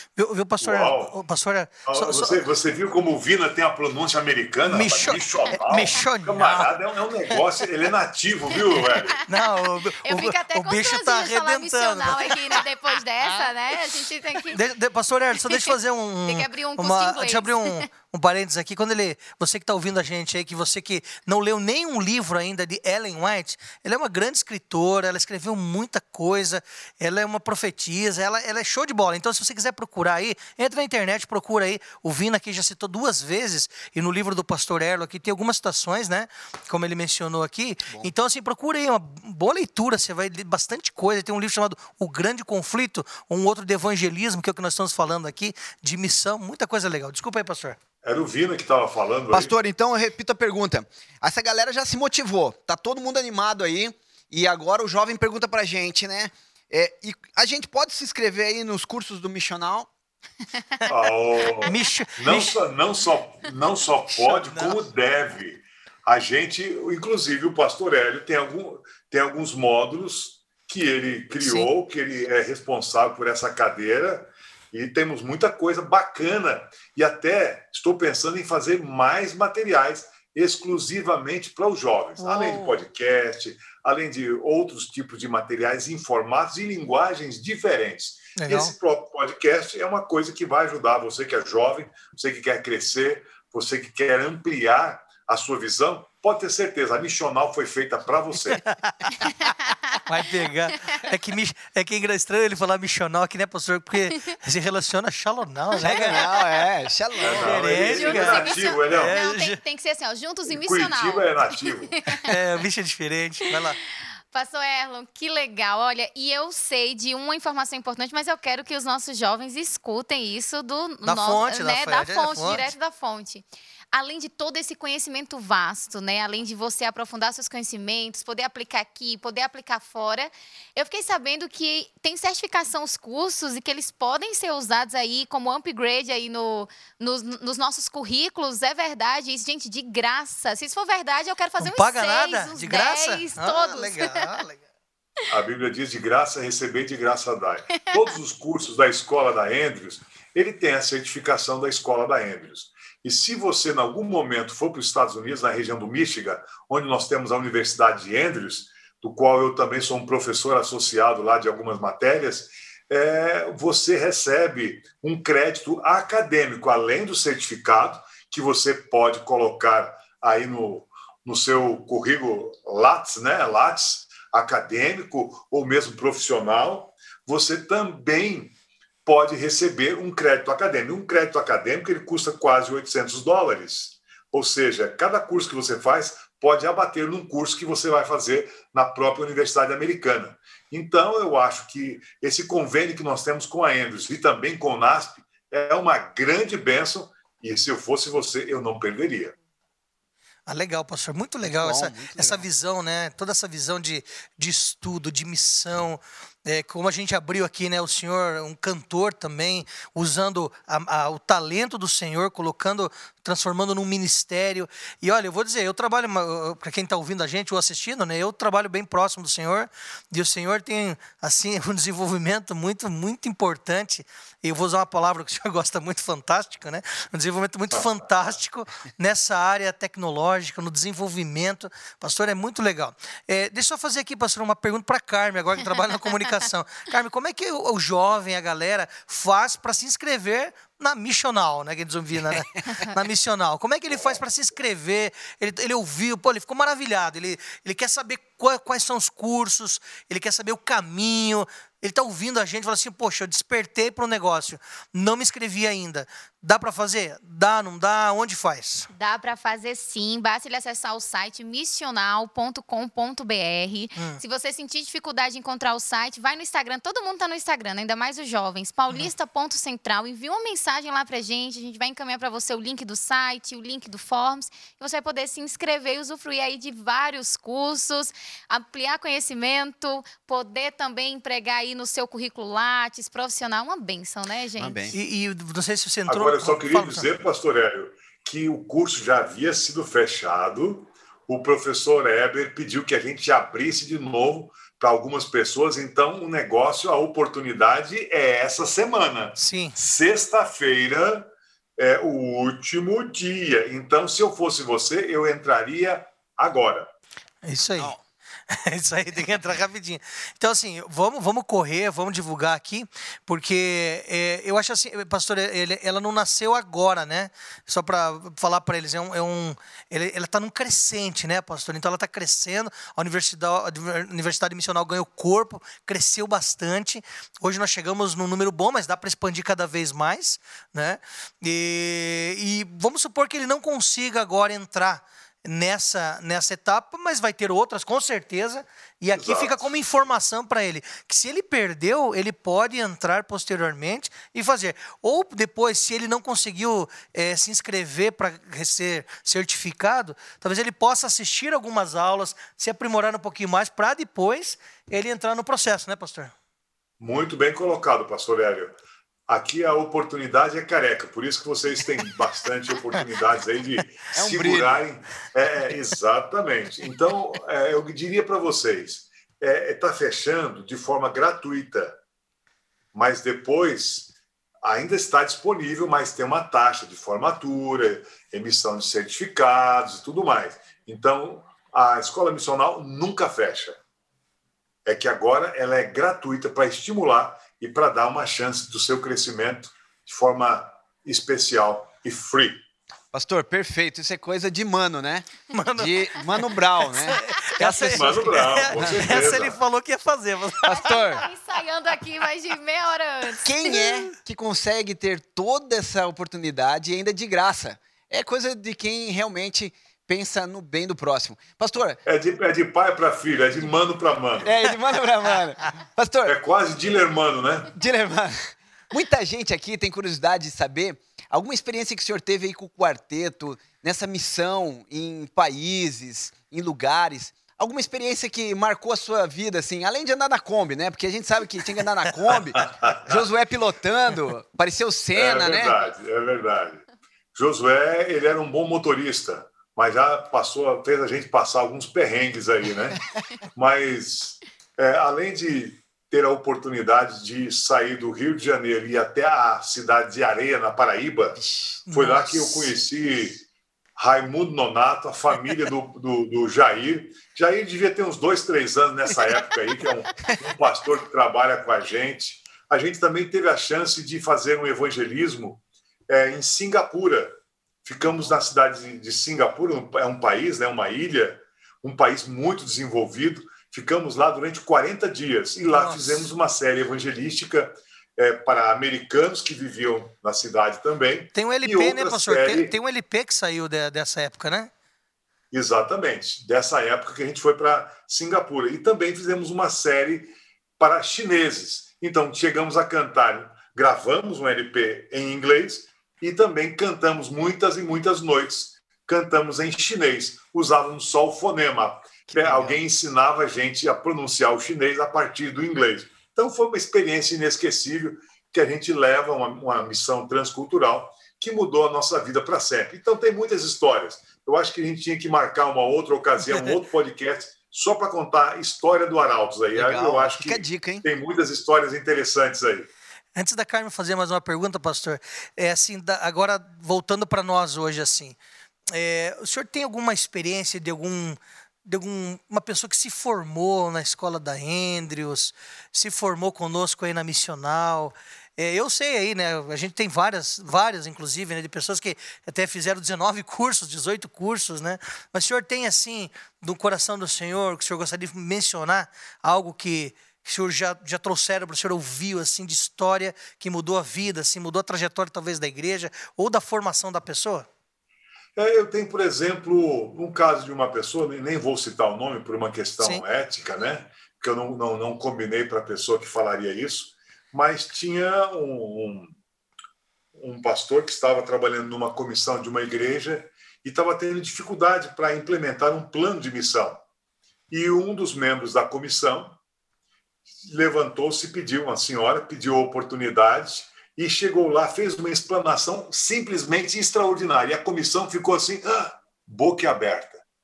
Viu, viu pastor? Uau. pastor só, você, só... você viu como o Vina tem a pronúncia americana? Micho... Michonal. Camarada, é um, é um negócio, ele é nativo, viu, velho? Não, o, Eu o, fico até o bicho tá arrebentando. Aqui, né? Depois dessa, né? A gente tem que... De, de, pastor Hélio, só deixa eu fazer um... tem que abrir um curso uma, de inglês. Deixa eu abrir um, um parênteses aqui. Quando ele... Você que está ouvindo a gente aí, que você que não leu nenhum livro ainda de Ellen White, ela é uma grande escritora, ela escreveu muita coisa, ela é uma profetisa, ela, ela é show de bola. Então, se você quiser procurar aí, entra na internet, procura aí. O Vina aqui já citou duas vezes, e no livro do pastor Erlo aqui tem algumas citações, né? Como ele mencionou aqui. Bom. Então, assim, procura aí uma boa leitura, você vai ler bastante coisa. Tem um livro chamado O Grande Conflito, um outro de evangelismo, que é o que nós estamos falando aqui, de missão, muita coisa legal. Desculpa aí, pastor. Era o Vina que estava falando. Pastor, aí. Então eu repito a pergunta. Essa galera já se motivou, tá todo mundo animado aí, e agora o jovem pergunta pra gente, né? É, e a gente pode se inscrever aí nos cursos do Missional? Oh, Mich não, Mich só, não, só, não só pode, não. como deve. A gente, inclusive o pastor Hélio, tem, algum, tem alguns módulos que ele criou, Sim. que ele é responsável por essa cadeira, e temos muita coisa bacana. E até estou pensando em fazer mais materiais exclusivamente para os jovens, oh. além de podcast, além de outros tipos de materiais em formatos e linguagens diferentes. Legal. Esse próprio podcast é uma coisa que vai ajudar você que é jovem, você que quer crescer, você que quer ampliar a sua visão. Pode ter certeza, a Missional foi feita para você. Vai pegar. É que, é que é estranho ele falar missional aqui, né, pastor? Porque se relaciona a Shalonal, né? Não, é, Shalom. Não, ele, ele é nativo, ele é. Não, tem, tem que ser assim, ó, juntos e missional. Curitiba é nativo. É, o bicho é diferente. Vai lá. Pastor Erlon, que legal. Olha, e eu sei de uma informação importante, mas eu quero que os nossos jovens escutem isso do da nosso, fonte, né, da, da, da fonte, fonte, direto da fonte. Além de todo esse conhecimento vasto, né? Além de você aprofundar seus conhecimentos, poder aplicar aqui, poder aplicar fora, eu fiquei sabendo que tem certificação os cursos e que eles podem ser usados aí como upgrade aí no, no, nos nossos currículos. É verdade isso, gente, de graça. Se isso for verdade, eu quero fazer Não uns paga seis, nada? uns de graça? dez, Ah, todos. Legal, legal. A Bíblia diz de graça receber, de graça dar. Todos os cursos da escola da Andrews, ele tem a certificação da escola da Andrews. E se você, em algum momento, for para os Estados Unidos, na região do Michigan, onde nós temos a Universidade de Andrews, do qual eu também sou um professor associado lá de algumas matérias, é, você recebe um crédito acadêmico, além do certificado, que você pode colocar aí no, no seu currículo Lattes, né? Lattes, acadêmico ou mesmo profissional. Você também pode receber um crédito acadêmico. Um crédito acadêmico ele custa quase oitocentos dólares. Ou seja, cada curso que você faz pode abater num curso que você vai fazer na própria Universidade Americana. Então, eu acho que esse convênio que nós temos com a Andrews e também com o NASP é uma grande bênção e, se eu fosse você, eu não perderia. Ah, legal, pastor. Muito legal, muito bom, essa, muito legal. essa visão, né? Toda essa visão de, de estudo, de missão. É, como a gente abriu aqui, né? O senhor, um cantor também, usando a, a, o talento do Senhor, colocando, transformando num ministério. E olha, eu vou dizer, eu trabalho, para quem está ouvindo a gente ou assistindo, né? Eu trabalho bem próximo do Senhor, e o Senhor tem, assim, um desenvolvimento muito, muito importante. E eu vou usar uma palavra que o senhor gosta muito, fantástica, né? Um desenvolvimento muito fantástico nessa área tecnológica, no desenvolvimento. Pastor, é muito legal. É, deixa eu fazer aqui, pastor, uma pergunta para a Carmen, agora que trabalha na comunicação. Carmen, como é que o, o jovem, a galera, faz para se inscrever na Missional, né? Que eles ouviram, né? Na Missional. Como é que ele faz para se inscrever? Ele, ele ouviu, pô, ele ficou maravilhado. Ele, ele quer saber qual, quais são os cursos, ele quer saber o caminho. Ele está ouvindo a gente e fala assim, poxa, eu despertei para um negócio, não me inscrevi ainda. Dá para fazer? Dá, não dá? Onde faz? Dá para fazer sim, basta ele acessar o site missional ponto com ponto b r. Hum. Se você sentir dificuldade de encontrar o site, vai no Instagram, todo mundo está no Instagram, ainda mais os jovens, paulista ponto central, envia uma mensagem lá para a gente, a gente vai encaminhar para você o link do site, o link do Forms, e você vai poder se inscrever e usufruir aí de vários cursos, ampliar conhecimento, poder também empregar aí no seu currículo Lattes, profissional, uma bênção, né, gente? Uma bênção. E, e não sei se você entrou... Agora, eu só queria Fala, dizer, pastor Hélio, que o curso já havia sido fechado, o professor Heber pediu que a gente abrisse de novo para algumas pessoas. Então, o negócio, a oportunidade é essa semana. Sim. Sexta-feira é o último dia. Então, se eu fosse você, eu entraria agora. É isso aí. Não. É isso aí, tem que entrar rapidinho. Então, assim, vamos, vamos correr, vamos divulgar aqui, porque é, eu acho assim, pastor, ele, ela não nasceu agora, né? Só para falar para eles, é um, é um, ele, ela está num crescente, né, pastor? Então, ela está crescendo, a universidade, a universidade missional ganhou corpo, cresceu bastante. Hoje nós chegamos num número bom, mas dá para expandir cada vez mais, né? E, e vamos supor que ele não consiga agora entrar nessa, nessa etapa, mas vai ter outras, com certeza, e aqui Exato. Fica como informação para ele, que se ele perdeu, ele pode entrar posteriormente e fazer. Ou depois, se ele não conseguiu é, se inscrever para ser certificado, talvez ele possa assistir algumas aulas, se aprimorar um pouquinho mais, para depois ele entrar no processo, né, pastor? Muito bem colocado, pastor Hélio. Aqui a oportunidade é careca, por isso que vocês têm bastante oportunidades aí de É um segurarem. É, exatamente. Então, é, eu diria para vocês, está é, tá fechando de forma gratuita, mas depois ainda está disponível, mas tem uma taxa de formatura, emissão de certificados e tudo mais. Então, a escola missional nunca fecha. É que agora ela é gratuita para estimular e para dar uma chance do seu crescimento de forma especial e free. Pastor, perfeito. Isso é coisa de mano, né? Mano. De Mano Brown, né? Essa, Essa- Mano Brown, com certeza. essa ele falou que ia fazer. Pastor, Tá ensaiando aqui mais de meia hora antes. quem é que consegue ter toda essa oportunidade e ainda de graça? É coisa de quem realmente pensa no bem do próximo. Pastor, É de, é de pai para filho, é de mano para mano. é, de mano pra mano. Pastor, É quase dealer mano, né? Dileman, muita gente aqui tem curiosidade de saber alguma experiência que o senhor teve aí com o quarteto, nessa missão em países, em lugares. Alguma experiência que marcou a sua vida, assim, além de andar na Kombi, né? Porque a gente sabe que tinha que andar na Kombi, Josué pilotando, pareceu Senna, é né? verdade, é verdade. Josué, ele era um bom motorista, mas já passou, fez a gente passar alguns perrengues aí, né? Mas, é, além de ter a oportunidade de sair do Rio de Janeiro e ir até a cidade de Areia, na Paraíba, foi lá que eu conheci Raimundo Nonato, a família do, do, do Jair. Jair devia ter uns dois, três anos nessa época aí, que é um, um pastor que trabalha com a gente. A gente também teve a chance de fazer um evangelismo é, em Singapura. Ficamos na cidade de, de Singapura, é um país, né, uma ilha, um país muito desenvolvido. Ficamos lá durante quarenta dias e lá Nossa. fizemos uma série evangelística é, para americanos que viviam na cidade também. Tem um E L P, né, outra pastor? série- Tem, tem um L P que saiu de- dessa época, né? Exatamente, dessa época que a gente foi para Singapura. E também fizemos uma série para chineses. Então, chegamos a cantar, gravamos um L P em inglês e também cantamos muitas e muitas noites. Cantamos em chinês, usávamos só o fonema. Que legal. Alguém ensinava a gente a pronunciar o chinês a partir do inglês. Então, foi uma experiência inesquecível que a gente leva, uma, uma missão transcultural que mudou a nossa vida para sempre. Então, tem muitas histórias. Eu acho que a gente tinha que marcar uma outra ocasião, um outro podcast, só para contar a história do Arautos aí. Legal, Eu acho fica que a dica, hein? tem muitas histórias interessantes aí. Antes da Carmen fazer mais uma pergunta, pastor, é assim, da- agora voltando para nós hoje, assim, é, o senhor tem alguma experiência de algum de algum, uma pessoa que se formou na escola da Andrews, se formou conosco aí na missional? É, eu sei aí, né? A gente tem várias, várias, inclusive, né, de pessoas que até fizeram dezenove cursos, dezoito cursos, né? Mas o senhor tem, assim, do coração do Senhor, que o senhor gostaria de mencionar algo que que o senhor já, já trouxeram, o senhor ouviu, assim, de história que mudou a vida, assim, mudou a trajetória, talvez, da igreja ou da formação da pessoa? É, eu tenho, por exemplo, um caso de uma pessoa, nem- nem vou citar o nome por uma questão Sim. ética, né? Porque eu não, não, não combinei para a pessoa que falaria isso, mas tinha um, um, um pastor que estava trabalhando numa comissão de uma igreja e estava tendo dificuldade para implementar um plano de missão. E um dos membros da comissão levantou-se e pediu, uma senhora pediu a oportunidade e chegou lá, fez uma explanação simplesmente extraordinária. E a comissão ficou assim, ah, boca aberta.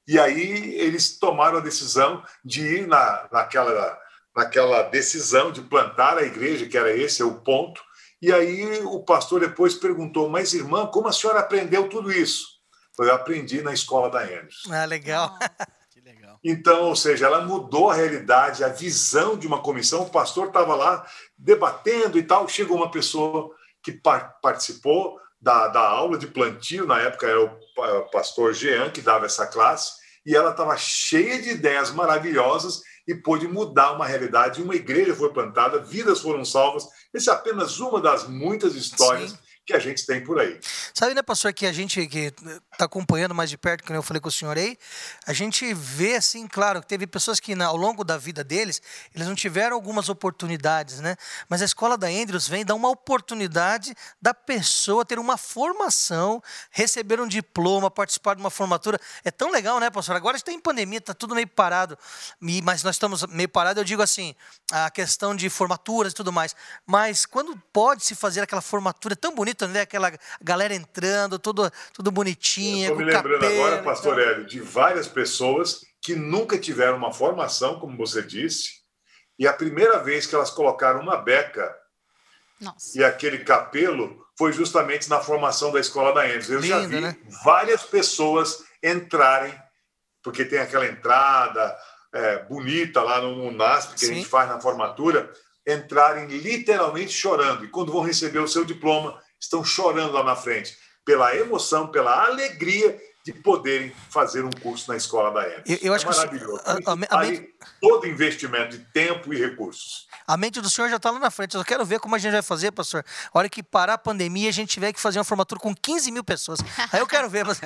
E aí eles tomaram a decisão de ir na, naquela, naquela decisão de plantar a igreja, que era esse é o ponto. E aí o pastor depois perguntou, mas irmã, como a senhora aprendeu tudo isso? Eu aprendi na escola da Andrews. Ah, legal. Que legal. Então, ou seja, ela mudou a realidade, a visão de uma comissão. O pastor estava lá debatendo e tal. Chegou uma pessoa que par- participou da, da aula de plantio, na época era o pastor Jean que dava essa classe, e ela estava cheia de ideias maravilhosas e pôde mudar uma realidade. Uma igreja foi plantada, vidas foram salvas. Essa é apenas uma das muitas histórias Sim. que a gente tem por aí. Sabe, né, pastor, que a gente que está acompanhando mais de perto, como eu falei com o senhor aí, a gente vê, assim, claro, que teve pessoas que na, ao longo da vida deles, eles não tiveram algumas oportunidades, né? Mas a escola da Andrews vem dar uma oportunidade da pessoa ter uma formação, receber um diploma, participar de uma formatura. É tão legal, né, pastor? Agora está em pandemia, está tudo meio parado, e, mas nós estamos meio parados, eu digo assim, a questão de formaturas e tudo mais. Mas quando pode se fazer aquela formatura é tão bonita, né? Aquela galera entrando, tudo, tudo bonitinho. Estou me lembrando agora, pastor Hélio, de várias pessoas que nunca tiveram uma formação, como você disse, e a primeira vez que elas colocaram uma beca Nossa. e aquele capelo foi justamente na formação da escola da Andrews. Eu já Lindo, vi né? várias pessoas entrarem, porque tem aquela entrada é, bonita lá no, no N A S P que Sim. a gente faz na formatura, entrarem literalmente chorando. E quando vão receber o seu diploma, estão chorando lá na frente, pela emoção, pela alegria de poderem fazer um curso na escola da Andrews. Eu, eu acho é que maravilhoso. a, a, Isso a, vale mente, todo investimento de tempo e recursos. a mente do senhor já está lá na frente. Eu só quero ver como a gente vai fazer, pastor. A hora que parar a pandemia, a gente tiver que fazer uma formatura com quinze mil pessoas. Aí eu quero ver.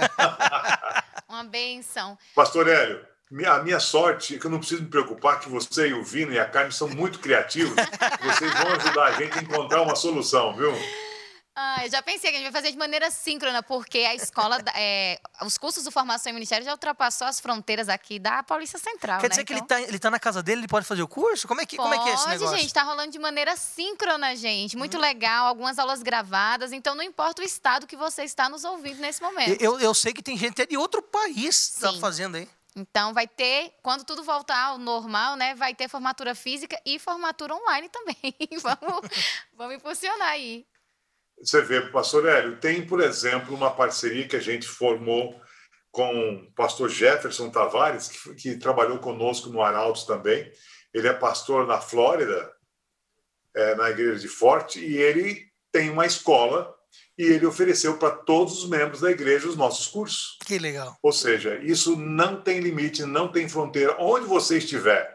Uma benção. Pastor Hélio, a minha sorte é que eu não preciso me preocupar que você e o Vino e a Carmen são muito criativos. Vocês vão ajudar a gente a encontrar uma solução, viu? Ah, eu já pensei que a gente vai fazer de maneira síncrona, porque a escola, da- é, os cursos de formação e ministério já ultrapassou as fronteiras aqui da Paulista Central, Quer né? dizer que Então, ele está ele tá na casa dele, ele pode fazer o curso? Como é que, como é, que é esse pode, negócio? gente, tá rolando de maneira síncrona, gente. Muito legal, algumas aulas gravadas, então não importa o estado que você está nos ouvindo nesse momento. Eu, eu sei que tem gente até de outro país que está Sim. fazendo aí. Então vai ter, quando tudo voltar ao normal, né, vai ter formatura física e formatura online também. vamos, vamos impulsionar aí. Você vê, pastor Hélio, tem, por exemplo, uma parceria que a gente formou com o pastor Jefferson Tavares, que, que trabalhou conosco no Arautos também. Ele é pastor na Flórida, é, na igreja de Forte, e ele tem uma escola e ele ofereceu para todos os membros da igreja os nossos cursos. Que legal. Ou seja, isso não tem limite, não tem fronteira. Onde você estiver,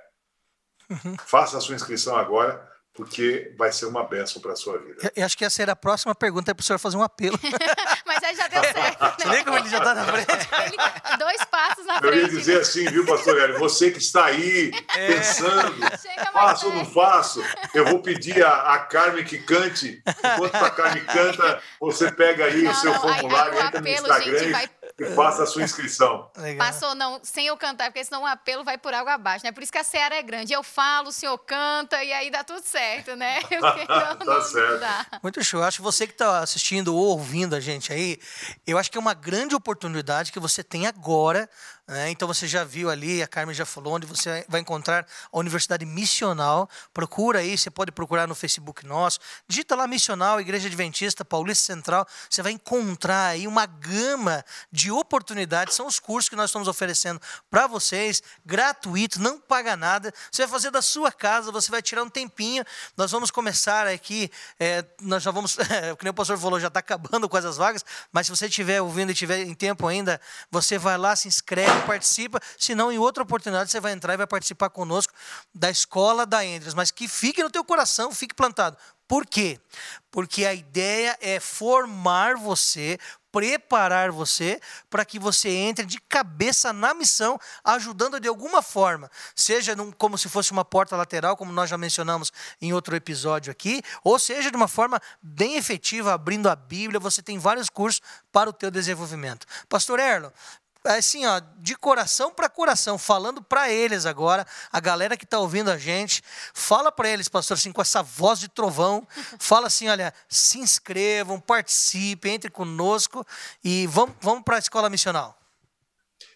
faça a sua inscrição agora, porque vai ser uma bênção para a sua vida. Eu, eu acho que essa era a próxima pergunta, é para o senhor fazer um apelo. Mas aí já deu certo, Você né? vê como ele já está na frente? Ele- dois passos na Eu frente. ia dizer assim, viu, pastor Hélio? Você que está aí pensando, Chega mais faço ou não perto. faço? Eu vou pedir a, a Carmen que cante. Enquanto a Carmen canta, você pega aí Não, o seu não, aí- formulário, aí o entra no apelo, Instagram gente, e- vai- e faça a sua inscrição. Legal. Passou, não, sem eu cantar, porque senão o apelo vai por água abaixo, né? Por isso que a seara é grande. Eu falo, o senhor canta e aí dá tudo certo, né? Porque não, Tá não, certo. não dá. Muito show. Eu acho que você que está assistindo ou ouvindo a gente aí, eu acho que é uma grande oportunidade que você tem agora, né? Então você já viu ali, a Carmen já falou, onde você vai encontrar a Universidade Missional. Procura aí, você pode procurar no Facebook nosso. Digita lá Missional, Igreja Adventista, Paulista Central. Você vai encontrar aí uma gama de oportunidades. São os cursos que nós estamos oferecendo para vocês, gratuito, não paga nada. Você vai fazer da sua casa, você vai tirar um tempinho. Nós vamos começar aqui, é, nós já vamos, é, como o pastor falou, já está acabando com essas vagas, mas se você estiver ouvindo e estiver em tempo ainda, você vai lá, se inscreve, participa, senão em outra oportunidade você vai entrar e vai participar conosco da escola da Andrews, mas que fique no teu coração, fique plantado. Por quê? Porque a ideia é formar você, preparar você para que você entre de cabeça na missão, ajudando de alguma forma, seja num, como se fosse uma porta lateral, como nós já mencionamos em outro episódio aqui, ou seja de uma forma bem efetiva, abrindo a Bíblia. Você tem vários cursos para o teu desenvolvimento. Pastor Erlon, assim, ó, de coração para coração, falando para eles agora, a galera que está ouvindo a gente, fala para eles, pastor, assim, com essa voz de trovão, fala assim, olha, se inscrevam, participem, entre conosco e vamos, vamos para a escola missional.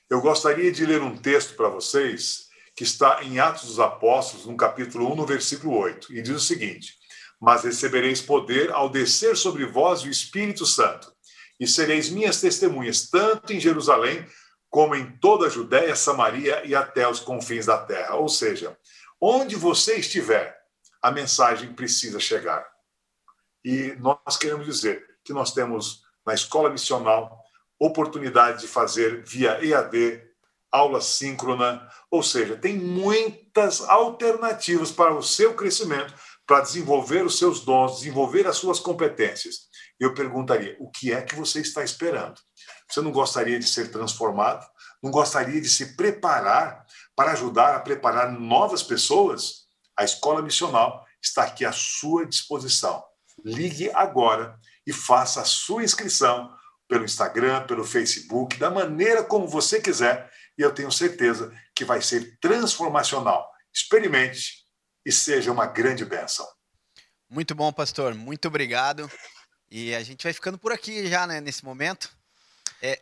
Eu gostaria de ler um texto para vocês que está em Atos dos Apóstolos, no capítulo um, no versículo oito, e diz o seguinte: mas recebereis poder ao descer sobre vós o Espírito Santo, e sereis minhas testemunhas, tanto em Jerusalém, como em toda a Judéia, Samaria e até os confins da terra. Ou seja, onde você estiver, a mensagem precisa chegar. E nós queremos dizer que nós temos na escola missional oportunidade de fazer via E A D, aula síncrona, ou seja, tem muitas alternativas para o seu crescimento, para desenvolver os seus dons, desenvolver as suas competências. Eu perguntaria, o que é que você está esperando? Você não gostaria de ser transformado? Não gostaria de se preparar para ajudar a preparar novas pessoas? A Escola Missional está aqui à sua disposição. Ligue agora e faça a sua inscrição pelo Instagram, pelo Facebook, da maneira como você quiser, e eu tenho certeza que vai ser transformacional. Experimente e seja uma grande bênção. Muito bom, pastor. Muito obrigado. E a gente vai ficando por aqui já, né, nesse momento. É...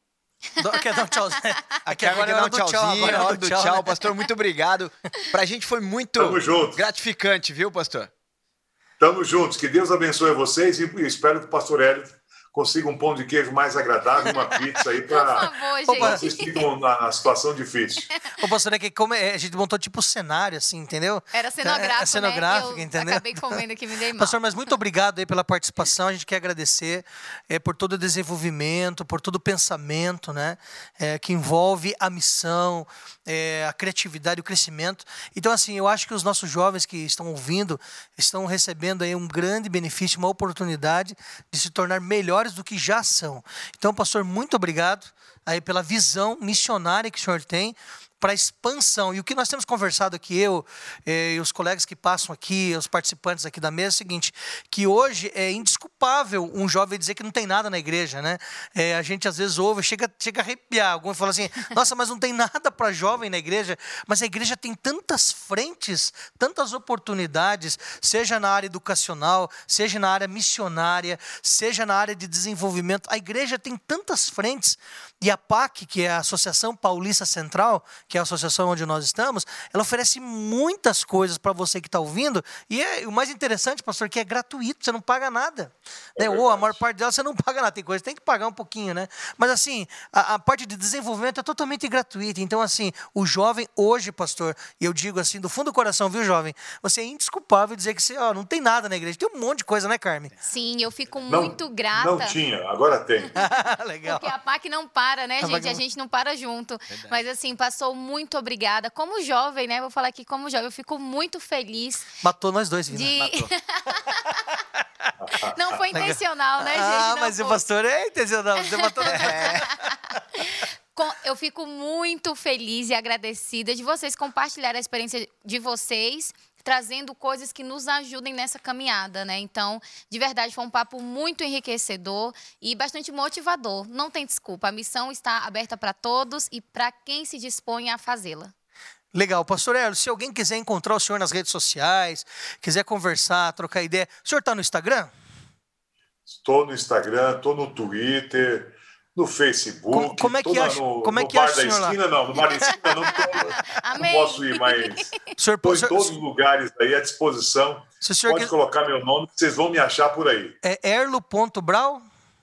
Quer dar um tchauzinho? Aqui agora é um tchauzinho, hora do tchau, tchau. Né? Pastor, muito obrigado. Pra gente foi muito gratificante, viu, pastor? Tamo juntos. Que Deus abençoe vocês e espero que o pastor Hélio consiga um pão de queijo mais agradável, uma pizza aí para vocês ficam na, na situação difícil. Ô, pastor, é que como é, a gente montou tipo um cenário, assim, entendeu? Era cenográfico, é, é cenográfico, né? entendeu? Eu acabei comendo aqui, me dei mal. Pastor, mas muito obrigado aí pela participação, a gente quer agradecer é, por todo o desenvolvimento, por todo o pensamento, né? É, que envolve a missão, é, a criatividade, o crescimento. Então, assim, eu acho que os nossos jovens que estão ouvindo estão recebendo aí um grande benefício, uma oportunidade de se tornar melhores do que já são. Então, pastor, muito obrigado aí pela visão missionária que o senhor tem para a expansão. E o que nós temos conversado aqui, eu eh, e os colegas que passam aqui, os participantes aqui da mesa, é o seguinte, que hoje é indesculpável um jovem dizer que não tem nada na igreja, né? É, a gente às vezes ouve, chega, chega a arrepiar. Alguns falam assim, nossa, mas não tem nada para jovem na igreja. Mas a igreja tem tantas frentes, tantas oportunidades, seja na área educacional, seja na área missionária, seja na área de desenvolvimento. A igreja tem tantas frentes. E a P A C, que é a Associação Paulista Central, que é a associação onde nós estamos, ela oferece muitas coisas para você que está ouvindo. E é, o mais interessante, pastor, que é gratuito, você não paga nada. É né? Ou a maior parte dela você não paga nada, tem coisa que tem que pagar um pouquinho, né? Mas assim, a, a parte de desenvolvimento é totalmente gratuita. Então, assim, o jovem hoje, pastor, e eu digo assim, do fundo do coração, viu, jovem? Você é indesculpável dizer que você ó, não tem nada na igreja. Tem um monte de coisa, né, Carmen? Sim, eu fico não, muito grata. Não tinha, agora tem. Legal. Porque a P A C não para, né, gente? A gente não para junto. Verdade. Mas assim, passou muito obrigada. Como jovem, né? Vou falar aqui como jovem, eu fico muito feliz. Matou nós dois, Vina. De... Matou. Não foi intencional, né, gente? Ah, não mas foi. O pastor é intencional. Você matou nós dois. Eu fico muito feliz e agradecida de vocês compartilharem a experiência de vocês, trazendo coisas que nos ajudem nessa caminhada, né? Então, de verdade, foi um papo muito enriquecedor e bastante motivador. Não tem desculpa, a missão está aberta para todos e para quem se dispõe a fazê-la. Legal. Pastor Hélio, se alguém quiser encontrar o senhor nas redes sociais, quiser conversar, trocar ideia, o senhor está no Instagram? Estou no Instagram, estou no Twitter, no Facebook. Como, como é que na, acha, no, como é no que bar acha da o senhor esquina, lá? não. No bar da esquina não, tô, não posso ir, mas estou em todos os lugares aí à disposição. Se o senhor Pode quer... colocar meu nome, vocês vão me achar por aí. É erlo ponto brau?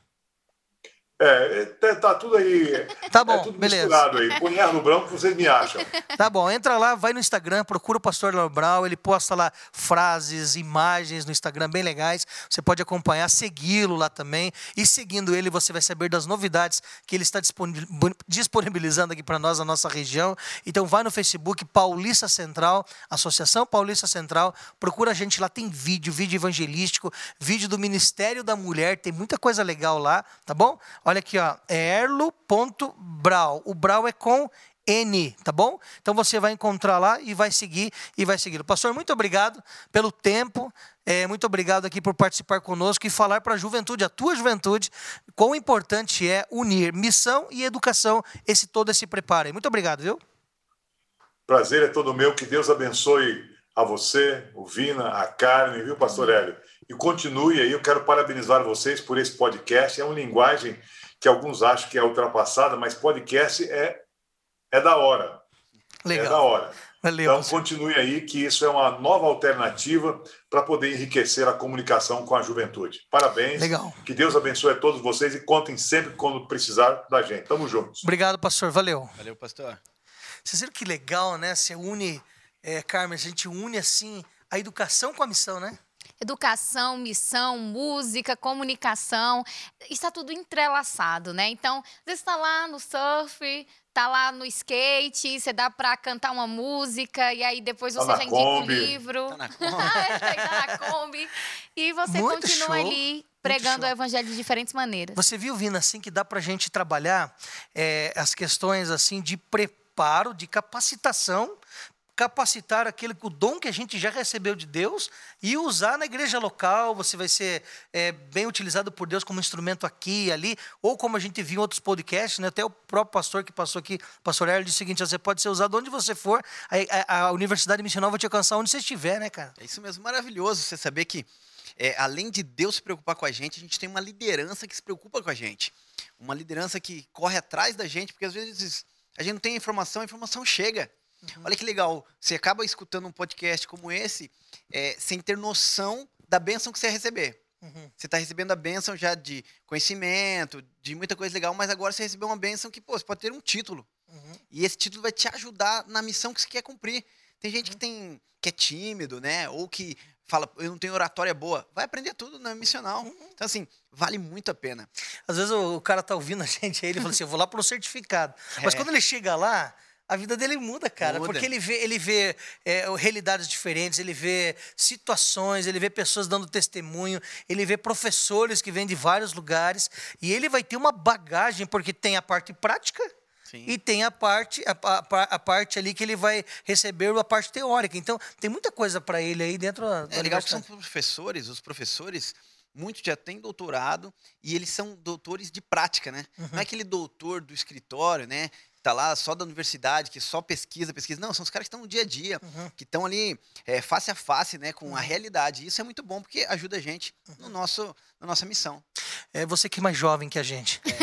É, tá tudo aí. Tá bom, é tudo beleza. misturado aí. Põe Erlo Branco, vocês me acham. Tá bom, entra lá, vai no Instagram, procura o pastor Erlo Brau, ele posta lá frases, imagens no Instagram bem legais. Você pode acompanhar, segui-lo lá também. E seguindo ele, você vai saber das novidades que ele está disponibilizando aqui para nós, na nossa região. Então vai no Facebook, Paulista Central, Associação Paulista Central. Procura a gente lá, tem vídeo, vídeo evangelístico, vídeo do Ministério da Mulher, tem muita coisa legal lá, tá bom? Olha aqui, ó, é erlo ponto brau. O Brau é com N, tá bom? Então você vai encontrar lá e vai seguir e vai seguir. Pastor, muito obrigado pelo tempo, é, muito obrigado aqui por participar conosco e falar para a juventude, a tua juventude, quão importante é unir missão e educação, esse todo esse preparo aí. Muito obrigado, viu? Prazer é todo meu, que Deus abençoe a você, o Vina, a Carmen, viu, pastor Hélio? E continue aí, eu quero parabenizar vocês por esse podcast. É uma linguagem que alguns acham que é ultrapassada, mas podcast é é da hora. Legal. É da hora. Valeu, então, pastor. continue aí, que isso é uma nova alternativa para poder enriquecer a comunicação com a juventude. Parabéns. Legal. Que Deus abençoe a todos vocês e contem sempre quando precisar da gente. Tamo juntos. Obrigado, pastor. Valeu. Valeu, pastor. Vocês viram que legal, né? Você une, é, Carmen, a gente une, assim, a educação com a missão, né? Educação, missão, música, comunicação, está tudo entrelaçado, né? Então, você está lá no surf, tá lá no skate, você dá para cantar uma música e aí depois Tá você na já indica um Kombi. livro. Tá na Kombi. tá na Kombi. E você Muito continua show, ali pregando show. o evangelho de diferentes maneiras. Você viu, Vina, assim, que dá pra gente trabalhar é, as questões, assim, de preparo, de capacitação, capacitar aquele, o dom que a gente já recebeu de Deus e usar na igreja local. Você vai ser é, bem utilizado por Deus como instrumento aqui e ali, ou como a gente viu em outros podcasts, né? Até o próprio pastor que passou aqui, pastor Hélio, disse o seguinte: você pode ser usado onde você for, a, a, a Universidade Missional vai te alcançar onde você estiver, né, cara? É isso mesmo, maravilhoso você saber que, é, além de Deus se preocupar com a gente, a gente tem uma liderança que se preocupa com a gente. Uma liderança que corre atrás da gente, porque às vezes a gente não tem informação, a informação chega. Uhum. Olha que legal, você acaba escutando um podcast como esse, é, sem ter noção da bênção que você vai receber. Uhum. Você está recebendo a bênção já de conhecimento, de muita coisa legal, mas agora você recebeu uma bênção que, pô, você pode ter um título. Uhum. E esse título vai te ajudar na missão que você quer cumprir. Tem gente uhum. que, tem, que é tímido, né? Ou que fala, eu não tenho oratória boa. Vai aprender tudo na missional. Uhum. Então, assim, vale muito a pena. Às vezes o, o cara tá ouvindo a gente aí, ele fala assim, eu vou lá pro certificado. É. Mas quando ele chega lá, a vida dele muda, cara, muda. Porque ele vê, ele vê é, realidades diferentes, ele vê situações, ele vê pessoas dando testemunho, ele vê professores que vêm de vários lugares, e ele vai ter uma bagagem, porque tem a parte prática, sim, e tem a parte, a, a, a parte ali que ele vai receber a parte teórica. Então, tem muita coisa para ele aí dentro da É legal que são professores, os professores, muitos já têm doutorado, e eles são doutores de prática, né? Uhum. Não é aquele doutor do escritório, né? Tá lá só da universidade, que só pesquisa, pesquisa. Não, são os caras que estão no dia a dia, uhum. que estão ali é, face a face, né, com uhum. a realidade. E isso é muito bom, porque ajuda a gente no nosso, na nossa missão. É você que é mais jovem que a gente. É.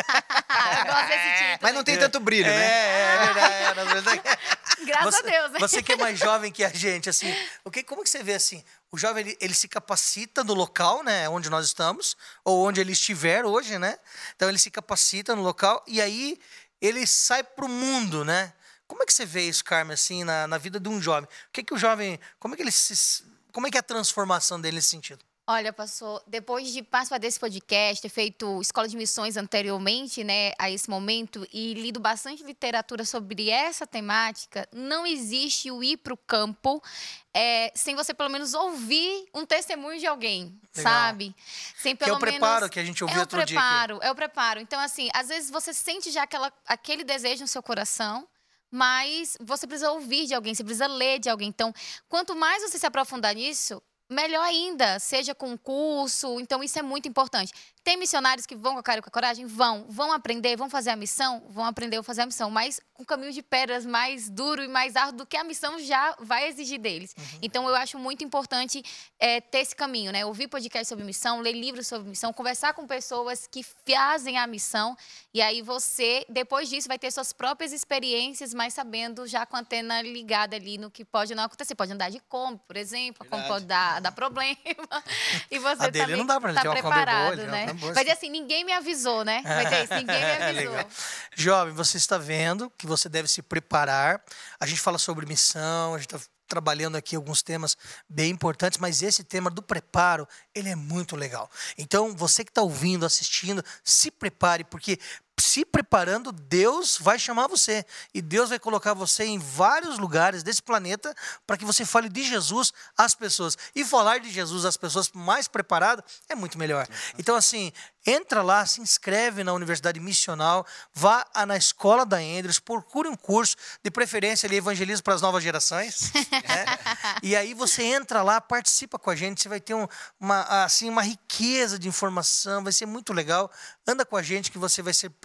Eu gosto desse título. Mas não tem tanto brilho, é, né? É, é verdade. É, na verdade. Graças você, a Deus, né? Você que é mais jovem que a gente, assim, okay, como que você vê, assim, o jovem, ele, ele se capacita no local, né, onde nós estamos, ou onde ele estiver hoje, né? Então, ele se capacita no local, e aí ele sai para o mundo, né? Como é que você vê isso, Carmen, assim, na, na vida de um jovem? O que que o jovem, como é que ele se, como é que é a transformação dele nesse sentido? Olha, pastor, depois de participar desse podcast, ter feito escola de missões anteriormente, né, a esse momento, e lido bastante literatura sobre essa temática, não existe o ir para o campo é, sem você pelo menos ouvir um testemunho de alguém, legal, sabe? Sem pelo que é o menos... preparo que a gente ouviu é outro dia. É o preparo, é o preparo. Então, assim, às vezes você sente já aquela, aquele desejo no seu coração, mas você precisa ouvir de alguém, você precisa ler de alguém. Então, quanto mais você se aprofundar nisso, melhor ainda, seja com curso. Então, isso é muito importante. Tem missionários que vão com a cara e com a coragem? Vão. Vão aprender, vão fazer a missão? Vão aprender ou fazer a missão. Mas com caminho de pedras mais duro e mais árduo do que a missão já vai exigir deles. Uhum. Então, eu acho muito importante é, ter esse caminho, né? Ouvir podcast sobre missão, ler livros sobre missão, conversar com pessoas que fazem a missão. E aí você, depois disso, vai ter suas próprias experiências, mas sabendo já com a antena ligada ali no que pode não acontecer. Pode andar de Kombi, por exemplo, como pode dar, dar problema. E você a dele também não dá pra tá ter uma preparado, boa, né? Boa, vai dizer assim, ninguém me avisou, né? Vai ter isso, ninguém me avisou. Legal. Jovem, você está vendo que você deve se preparar. A gente fala sobre missão, a gente está trabalhando aqui alguns temas bem importantes, mas esse tema do preparo, ele é muito legal. Então, você que está ouvindo, assistindo, se prepare, porque se preparando, Deus vai chamar você. E Deus vai colocar você em vários lugares desse planeta para que você fale de Jesus às pessoas. E falar de Jesus às pessoas mais preparadas é muito melhor. Então, assim, entra lá, se inscreve na Universidade Missional, vá na escola da Andrews, procure um curso, de preferência ali, evangelismo para as novas gerações. Né? E aí você entra lá, participa com a gente, você vai ter um, uma, assim, uma riqueza de informação, vai ser muito legal. Anda com a gente que você vai ser preparado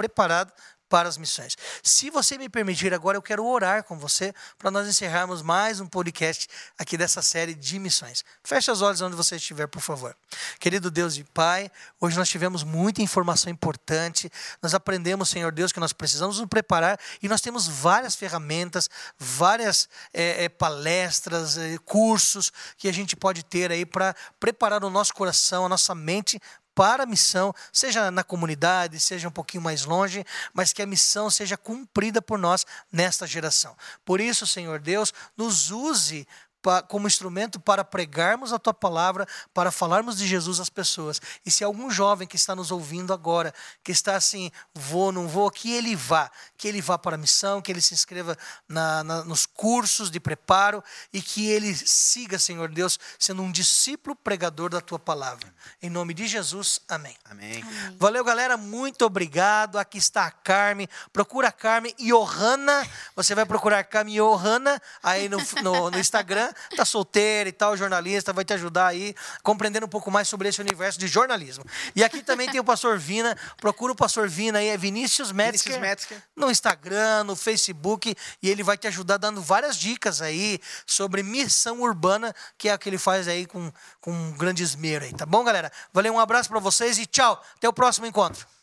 preparado para as missões. Se você me permitir agora, eu quero orar com você para nós encerrarmos mais um podcast aqui dessa série de missões. Feche os olhos onde você estiver, por favor. Querido Deus e Pai, hoje nós tivemos muita informação importante. Nós aprendemos, Senhor Deus, que nós precisamos nos preparar e nós temos várias ferramentas, várias é, é, palestras, é, cursos que a gente pode ter aí para preparar o nosso coração, a nossa mente para a missão, seja na comunidade, seja um pouquinho mais longe, mas que a missão seja cumprida por nós nesta geração. Por isso, Senhor Deus, nos use como instrumento para pregarmos a Tua palavra, para falarmos de Jesus às pessoas. E se algum jovem que está nos ouvindo agora, que está assim, vou, não vou, que ele vá, que ele vá para a missão, que ele se inscreva na, na, nos cursos de preparo e que ele siga, Senhor Deus, sendo um discípulo pregador da Tua palavra. Em nome de Jesus, amém. Amém. Amém. Valeu, galera, muito obrigado. Aqui está a Carmen, procura a Carmen Johanna, você vai procurar Carmen Johanna aí no, no, no Instagram. Tá solteira e tal, jornalista, vai te ajudar aí, compreendendo um pouco mais sobre esse universo de jornalismo. E aqui também tem o pastor Vina, procura o pastor Vina aí, é Vinícius Metzger, Vinícius Metzger. no Instagram, no Facebook, e ele vai te ajudar dando várias dicas aí sobre missão urbana, que é a que ele faz aí com, com um grande esmero aí, tá bom, galera? Valeu, um abraço para vocês e tchau, até o próximo encontro.